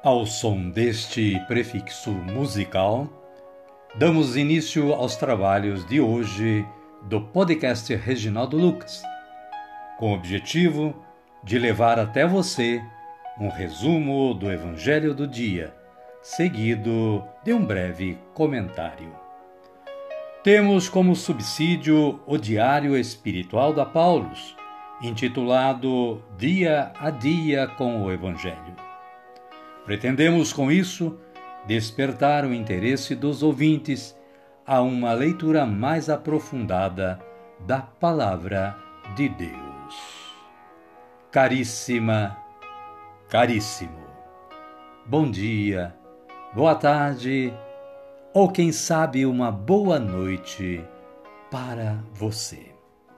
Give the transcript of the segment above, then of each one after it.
Ao som deste prefixo musical, damos início aos trabalhos de hoje do podcast Reginaldo Lucas, com o objetivo de levar até você um resumo do Evangelho do dia, seguido de um breve comentário. Temos como subsídio o Diário Espiritual da Paulus, intitulado Dia a Dia com o Evangelho. Pretendemos, com isso, despertar o interesse dos ouvintes a uma leitura mais aprofundada da Palavra de Deus. Caríssima, caríssimo, bom dia, boa tarde ou, quem sabe, uma boa noite para você.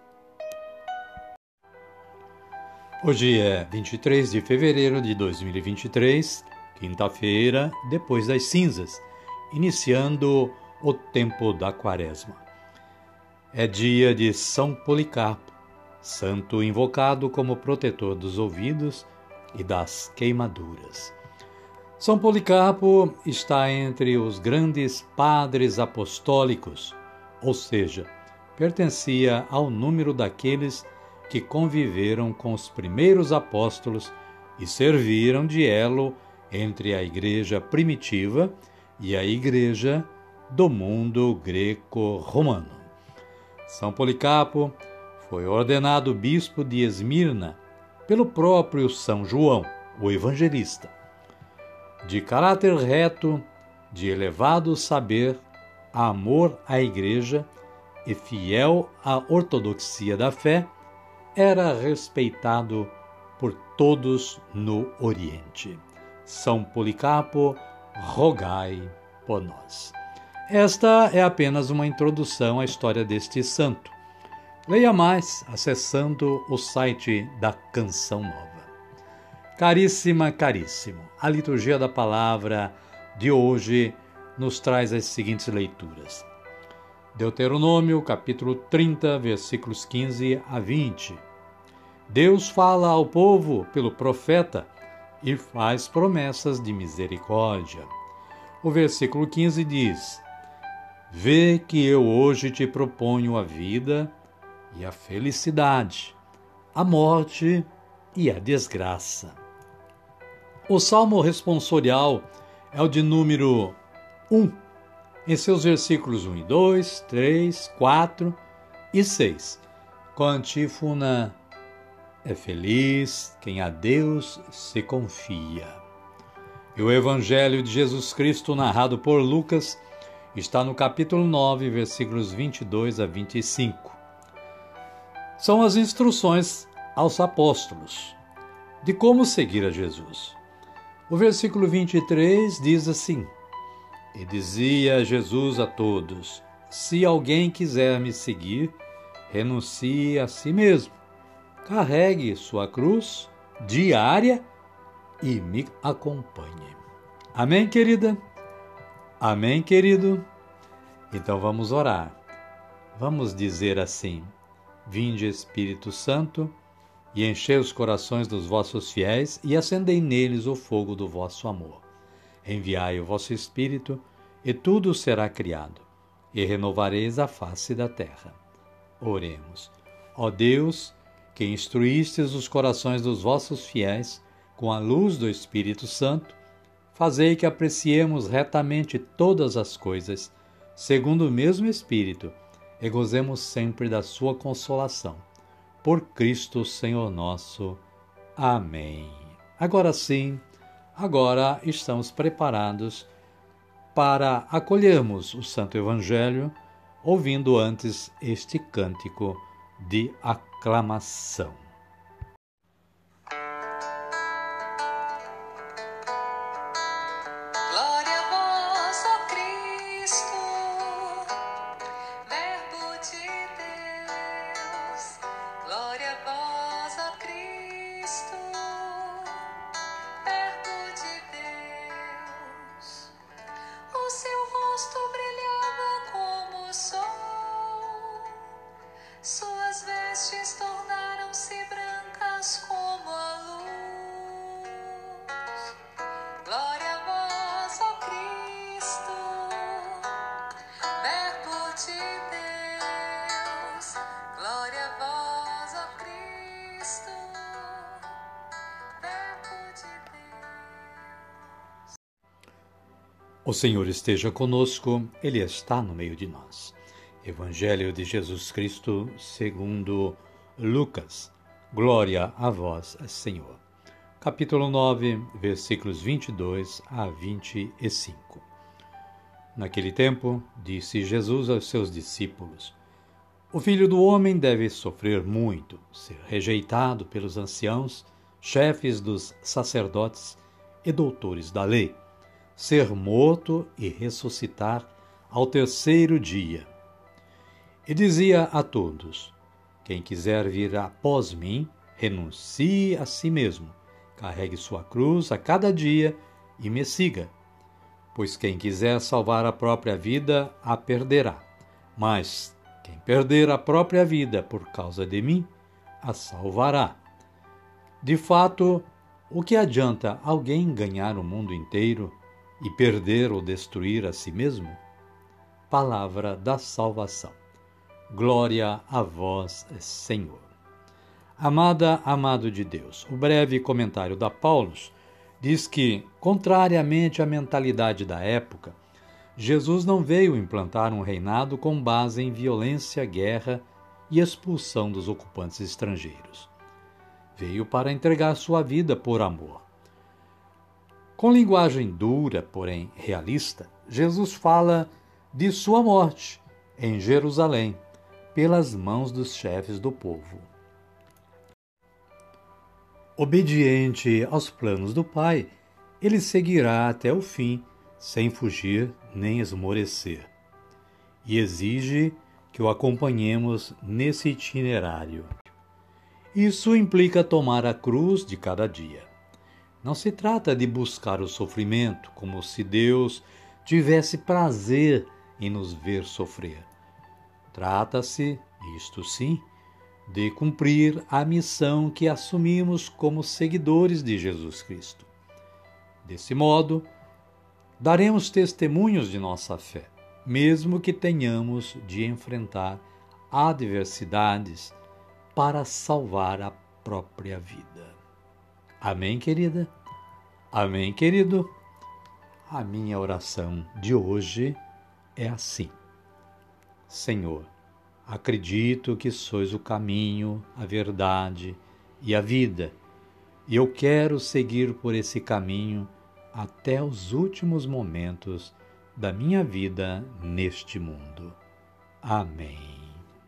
Hoje é 23 de fevereiro de 2023, quinta-feira, depois das cinzas, iniciando o tempo da Quaresma. É dia de São Policarpo, santo invocado como protetor dos ouvidos e das queimaduras. São Policarpo está entre os grandes padres apostólicos, ou seja, pertencia ao número daqueles que conviveram com os primeiros apóstolos e serviram de elo entre a igreja primitiva e a igreja do mundo greco-romano. São Policarpo foi ordenado bispo de Esmirna pelo próprio São João, o evangelista. De caráter reto, de elevado saber, amor à igreja e fiel à ortodoxia da fé, era respeitado por todos no Oriente. São Policarpo, rogai por nós. Esta é apenas uma introdução à história deste santo. Leia mais acessando o site da Canção Nova. Caríssima, caríssimo, a liturgia da palavra de hoje nos traz as seguintes leituras. Deuteronômio, capítulo 30, versículos 15 a 20. Deus fala ao povo pelo profeta e faz promessas de misericórdia. O versículo 15 diz: Vê que eu hoje te proponho a vida e a felicidade, a morte e a desgraça. O salmo responsorial é o de número 1, em seus versículos 1 e 2, 3, 4 e 6, com a antífona: É feliz quem a Deus se confia. E o Evangelho de Jesus Cristo, narrado por Lucas, está no capítulo 9, versículos 22 a 25. São as instruções aos apóstolos de como seguir a Jesus. O versículo 23 diz assim: E dizia Jesus a todos: Se alguém quiser me seguir, renuncie a si mesmo. Carregue sua cruz diária e me acompanhe. Amém, querida? Amém, querido? Então vamos orar. Vamos dizer assim: Vinde, Espírito Santo, e enchei os corações dos vossos fiéis e acendei neles o fogo do vosso amor. Enviai o vosso Espírito, e tudo será criado, e renovareis a face da terra. Oremos. Ó Deus, que instruístes os corações dos vossos fiéis com a luz do Espírito Santo, fazei que apreciemos retamente todas as coisas, segundo o mesmo Espírito, e gozemos sempre da sua consolação. Por Cristo Senhor nosso. Amém. Agora sim, agora estamos preparados para acolhermos o Santo Evangelho, ouvindo antes este cântico de aclamação. Glória a vós, ó Cristo, Verbo de Deus. Glória a vós, ó Cristo, Verbo de Deus. O seu rosto brilhava como o sol, suas vestes tornaram-se O Senhor esteja conosco, Ele está no meio de nós. Evangelho de Jesus Cristo segundo Lucas. Glória a vós, Senhor. Capítulo 9, versículos 22 a 25. Naquele tempo, disse Jesus aos seus discípulos: O Filho do Homem deve sofrer muito, ser rejeitado pelos anciãos, chefes dos sacerdotes e doutores da lei, ser morto e ressuscitar ao terceiro dia. E dizia a todos: Quem quiser vir após mim, renuncie a si mesmo, carregue sua cruz a cada dia e me siga. Pois quem quiser salvar a própria vida, a perderá. Mas quem perder a própria vida por causa de mim, a salvará. De fato, o que adianta alguém ganhar o mundo inteiro e perder ou destruir a si mesmo? Palavra da salvação. Glória a vós, Senhor. Amada, amado de Deus, o breve comentário da Paulus diz que, contrariamente à mentalidade da época, Jesus não veio implantar um reinado com base em violência, guerra e expulsão dos ocupantes estrangeiros. Veio para entregar sua vida por amor. Com linguagem dura, porém realista, Jesus fala de sua morte em Jerusalém, pelas mãos dos chefes do povo. Obediente aos planos do Pai, ele seguirá até o fim, sem fugir nem esmorecer. E exige que o acompanhemos nesse itinerário. Isso implica tomar a cruz de cada dia. Não se trata de buscar o sofrimento, como se Deus tivesse prazer em nos ver sofrer. Trata-se, isto sim, de cumprir a missão que assumimos como seguidores de Jesus Cristo. Desse modo, daremos testemunhos de nossa fé, mesmo que tenhamos de enfrentar adversidades para salvar a própria vida. Amém, querida? Amém, querido? A minha oração de hoje é assim: Senhor, acredito que sois o caminho, a verdade e a vida, e eu quero seguir por esse caminho até os últimos momentos da minha vida neste mundo. Amém.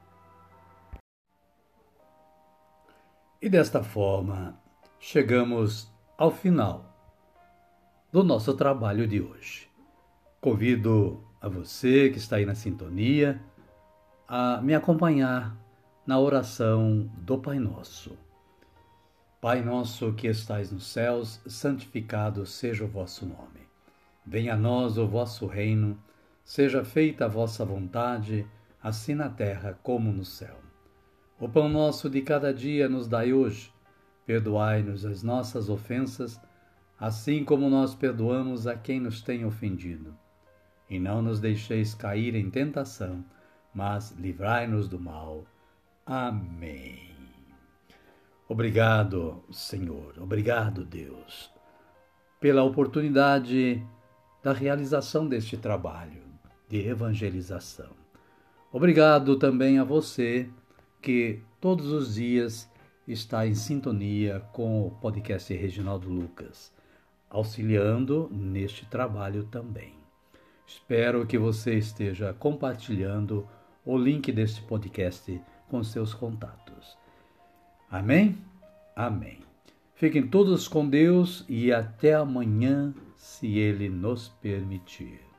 E desta forma, chegamos ao final do nosso trabalho de hoje. Convido a você que está aí na sintonia a me acompanhar na oração do Pai Nosso. Pai nosso que estais nos céus, santificado seja o vosso nome. Venha a nós o vosso reino, seja feita a vossa vontade, assim na terra como no céu. O pão nosso de cada dia nos dai hoje. Perdoai-nos as nossas ofensas, assim como nós perdoamos a quem nos tem ofendido. E não nos deixeis cair em tentação, mas livrai-nos do mal. Amém. Obrigado, Senhor, obrigado, Deus, pela oportunidade da realização deste trabalho de evangelização. Obrigado também a você que todos os dias está em sintonia com o podcast Reginaldo Lucas, auxiliando neste trabalho também. Espero que você esteja compartilhando o link deste podcast com seus contatos. Amém? Amém. Fiquem todos com Deus e até amanhã, se Ele nos permitir.